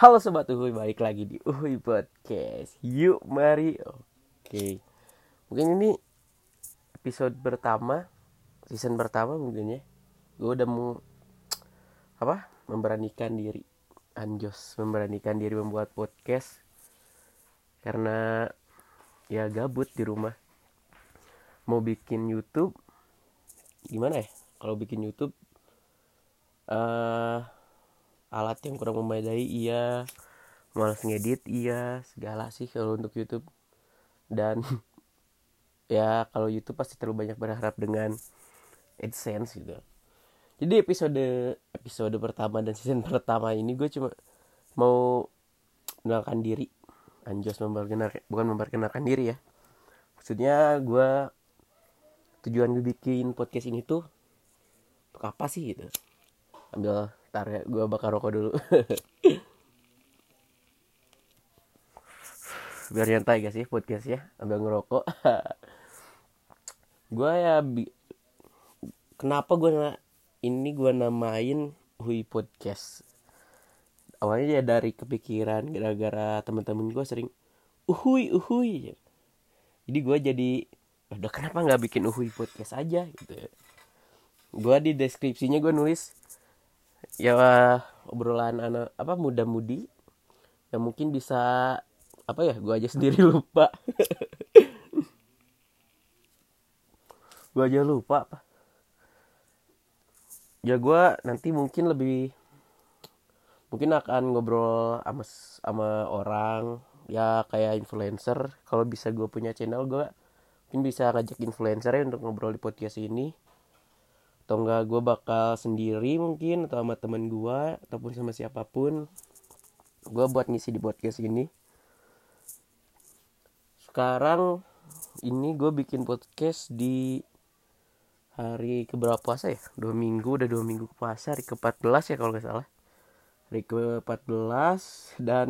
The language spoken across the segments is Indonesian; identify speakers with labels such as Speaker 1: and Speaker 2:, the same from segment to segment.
Speaker 1: Halo Sobat Uhuy, balik lagi di Uhuy Podcast. Yuk mari. Oke, mungkin ini episode pertama, season pertama mungkin ya. Gue udah mau memberanikan diri, memberanikan diri membuat podcast. Karena ya gabut di rumah. Mau bikin YouTube, gimana ya? Kalau bikin YouTube alat yang kurang memadai, iya. Malas ngedit, iya. Segala sih kalau untuk YouTube. Dan ya kalau YouTube pasti terlalu banyak berharap dengan AdSense gitu. Jadi episode pertama dan season pertama ini gue cuma mau mengenalkan diri. Bukan memperkenalkan diri ya. Maksudnya tujuan gue bikin podcast ini tuh untuk apa sih gitu. Tar ya, gue bakar rokok dulu. Biar nyantai gak sih podcast ya, ambil ngerokok. Gue ya kenapa gue namain Hui Podcast. Awalnya ya dari kepikiran gara-gara teman-teman gue sering uhui. Jadi gue udah kenapa nggak bikin Uhui Podcast aja gitu. Gue di deskripsinya gue nulis ya obrolan anak muda-mudi yang mungkin bisa gue aja sendiri lupa. Gue aja lupa apa. Ya gue nanti mungkin akan ngobrol sama orang ya kayak influencer. Kalau bisa gue punya channel, gue mungkin bisa ngajak influencer ya untuk ngobrol di podcast ini. Atau enggak gue bakal sendiri mungkin, atau sama teman gue ataupun sama siapapun gue buat ngisi di podcast ini. Sekarang ini gue bikin podcast di hari keberapa puasa ya? 2 minggu puasa, hari ke-14 ya kalau gak salah. Hari ke-14 dan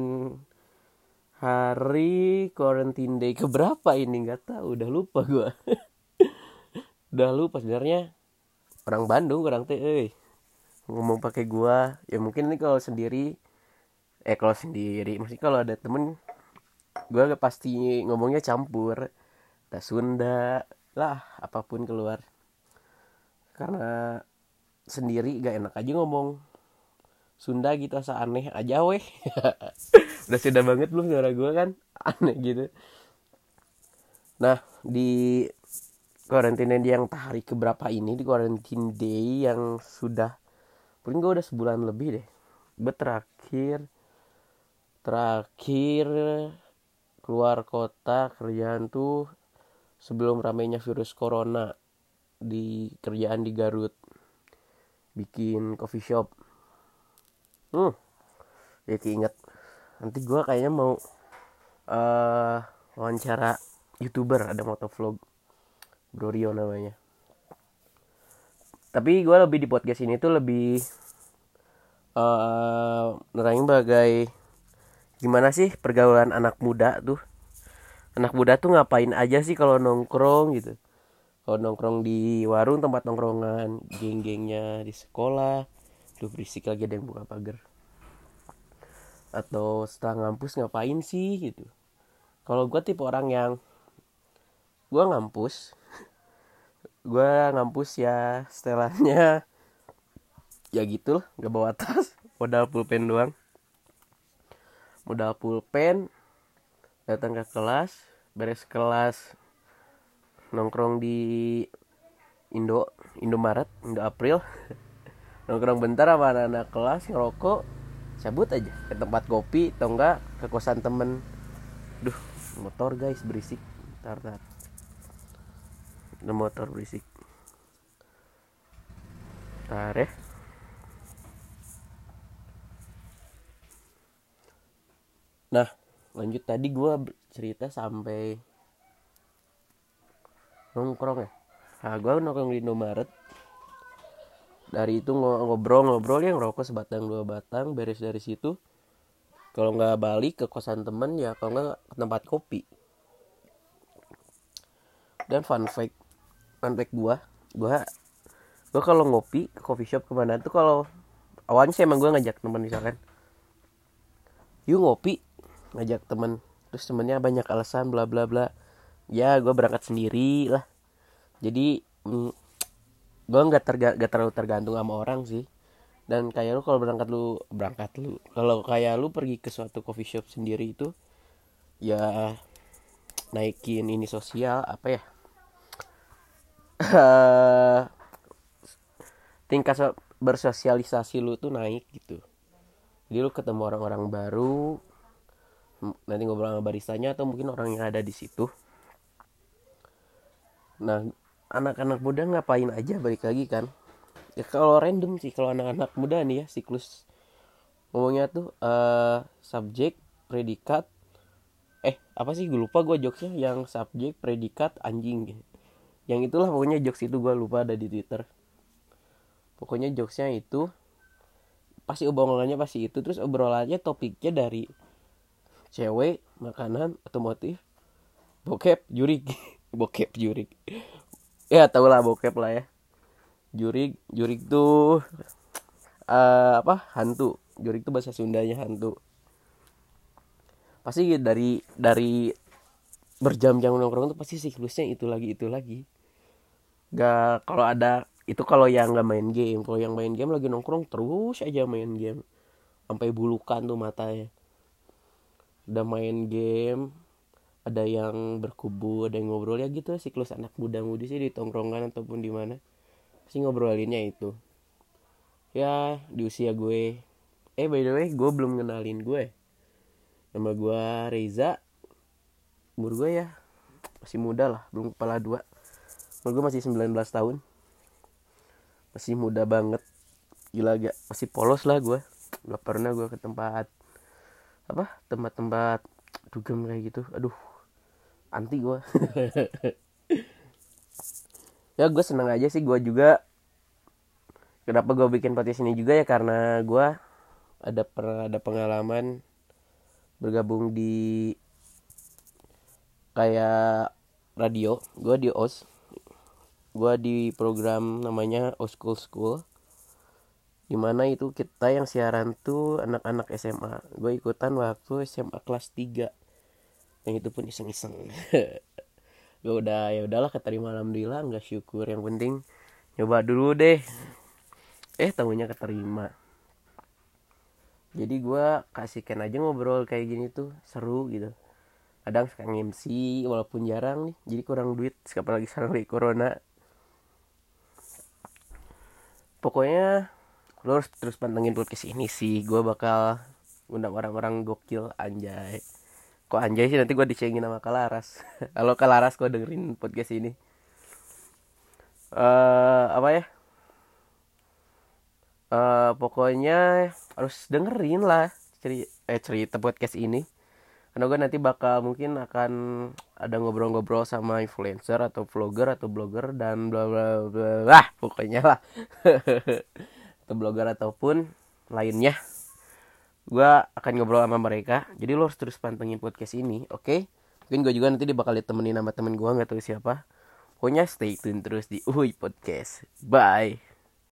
Speaker 1: hari quarantine day keberapa ini gak tahu, udah lupa gue. Udah lupa sebenarnya. Orang Bandung ngomong pakai gue. Ya mungkin ini kalau sendiri maksudnya kalau ada temen gue pasti ngomongnya campur. Ada Sunda lah, apapun keluar. Karena sendiri gak enak aja ngomong Sunda gitu, asa aneh aja weh. Udah sudah banget belum suara gue kan aneh gitu. Nah di quarantine yang hari keberapa ini, di quarantine day yang sudah mungkin gue udah sebulan lebih deh. Gue terakhir keluar kota kerjaan tuh sebelum ramainya virus corona, di kerjaan di Garut, bikin coffee shop. Ya keinget nanti gue kayaknya mau wawancara YouTuber, ada motovlog, Bro Rio namanya. Tapi gue lebih di podcast ini tuh lebih nerangin bagai gimana sih pergaulan anak muda tuh. Anak muda tuh ngapain aja sih kalau nongkrong gitu. Kalau nongkrong di warung, tempat nongkrongan, geng-gengnya di sekolah, tuh berisik lagi ada yang buka pagar. Atau setelah ngampus ngapain sih gitu. Kalau gue tipe orang yang gue ngampus ya setelannya ya gitu loh, gak bawa tas, modal pulpen, datang ke kelas, beres kelas nongkrong di Indomaret, April. Nongkrong bentar sama anak-anak kelas, ngerokok, cabut aja ke tempat kopi atau enggak ke kosan temen. Duh, motor guys berisik. Tar. Ada motor berisik. Tar ya. Nah, lanjut tadi gue cerita sampai nongkrong ya. Nah, gue nongkrong di Indomaret. Dari itu ngobrol ya, ngerokok sebatang 2 batang, beres dari situ. Kalau nggak balik ke kosan temen ya, kalau nggak ke tempat kopi. Dan fun fact gue kalau ngopi ke coffee shop kemana tuh, kalau awalnya sih emang gue ngajak temen misalkan, yuk ngopi, ngajak temen, terus temennya banyak alasan bla bla bla, ya gue berangkat sendiri lah. Jadi gue nggak terlalu tergantung sama orang sih. Dan kayak lu kalau berangkat lu kalau kayak lu pergi ke suatu coffee shop sendiri itu ya naikin ini sosial apa ya, tingkat bersosialisasi lu tuh naik gitu. Jadi lu ketemu orang-orang baru, nanti ngobrol sama baristanya atau mungkin orang yang ada di situ. Nah, anak-anak muda ngapain aja balik lagi kan? Ya kalau random sih, kalau anak-anak muda nih ya siklus ngomongnya tuh subjek, predikat, apa sih gue lupa gue jokesnya yang subjek, predikat, anjing gitu. Yang itulah pokoknya jokes itu gue lupa ada di Twitter. Pokoknya jokesnya itu pasti obrolannya pasti itu, terus obrolannya topiknya dari cewek, makanan, otomotif, bokep, jurig. Bokep, jurig. Ya tau lah bokep lah ya. Jurig, jurig tuh apa? Hantu. Jurig tuh bahasa Sundanya hantu. Pasti dari berjam-jam nongkrong tuh pasti siklusnya itu lagi itu lagi. Gak kalau ada itu kalau yang nggak main game, kalau yang main game lagi nongkrong terus aja main game sampai bulukan tuh matanya. Udah main game, ada yang berkubu, ada yang ngobrol ya gitu siklus anak muda-mudi sih di tongkrongan ataupun di mana. Pasti ngobrolinnya itu. Ya di usia gue. By the way, gue belum kenalin gue. Nama gue Reza. Umur gue ya masih muda lah, belum kepala dua. Umur gue masih 19 tahun. Masih muda banget. Gila gak? Masih polos lah gue. Gak pernah gue ke tempat tempat-tempat dugem kayak gitu. Aduh, anti gue. Ya gue seneng aja sih, gue juga. Kenapa gue bikin podcast ini juga ya karena gue ada pengalaman bergabung di kayak radio. Gue di OS, gue di program namanya Oskul School, dimana itu kita yang siaran tuh anak-anak SMA. Gue ikutan waktu SMA kelas 3, yang itu pun iseng-iseng. Gue ya udahlah keterima, alhamdulillah, nggak syukur, yang penting coba dulu deh. Tahunya keterima. Jadi gue kasihkan aja ngobrol kayak gini tuh seru gitu. Kadang suka MC walaupun jarang nih, jadi kurang duit apalagi sekarang lagi corona. Pokoknya lo harus terus pantengin podcast ini sih. Gue bakal undang orang-orang gokil, anjay. Kok anjay sih, nanti gue dicengin sama Kalaras. Halo Kalaras, gue dengerin podcast ini. Apa ya? Pokoknya harus dengerin lah cerita podcast ini. Karena gue nanti bakal mungkin akan ada ngobrol-ngobrol sama influencer atau vlogger atau blogger dan bla bla bla, pokoknya lah. Atau blogger ataupun lainnya. Gue akan ngobrol sama mereka. Jadi lo harus terus pantengin podcast ini, oke? Mungkin gue juga nanti bakal ditemenin sama temen gue, nggak tahu siapa. Pokoknya stay tune terus di Uhuy Podcast. Bye.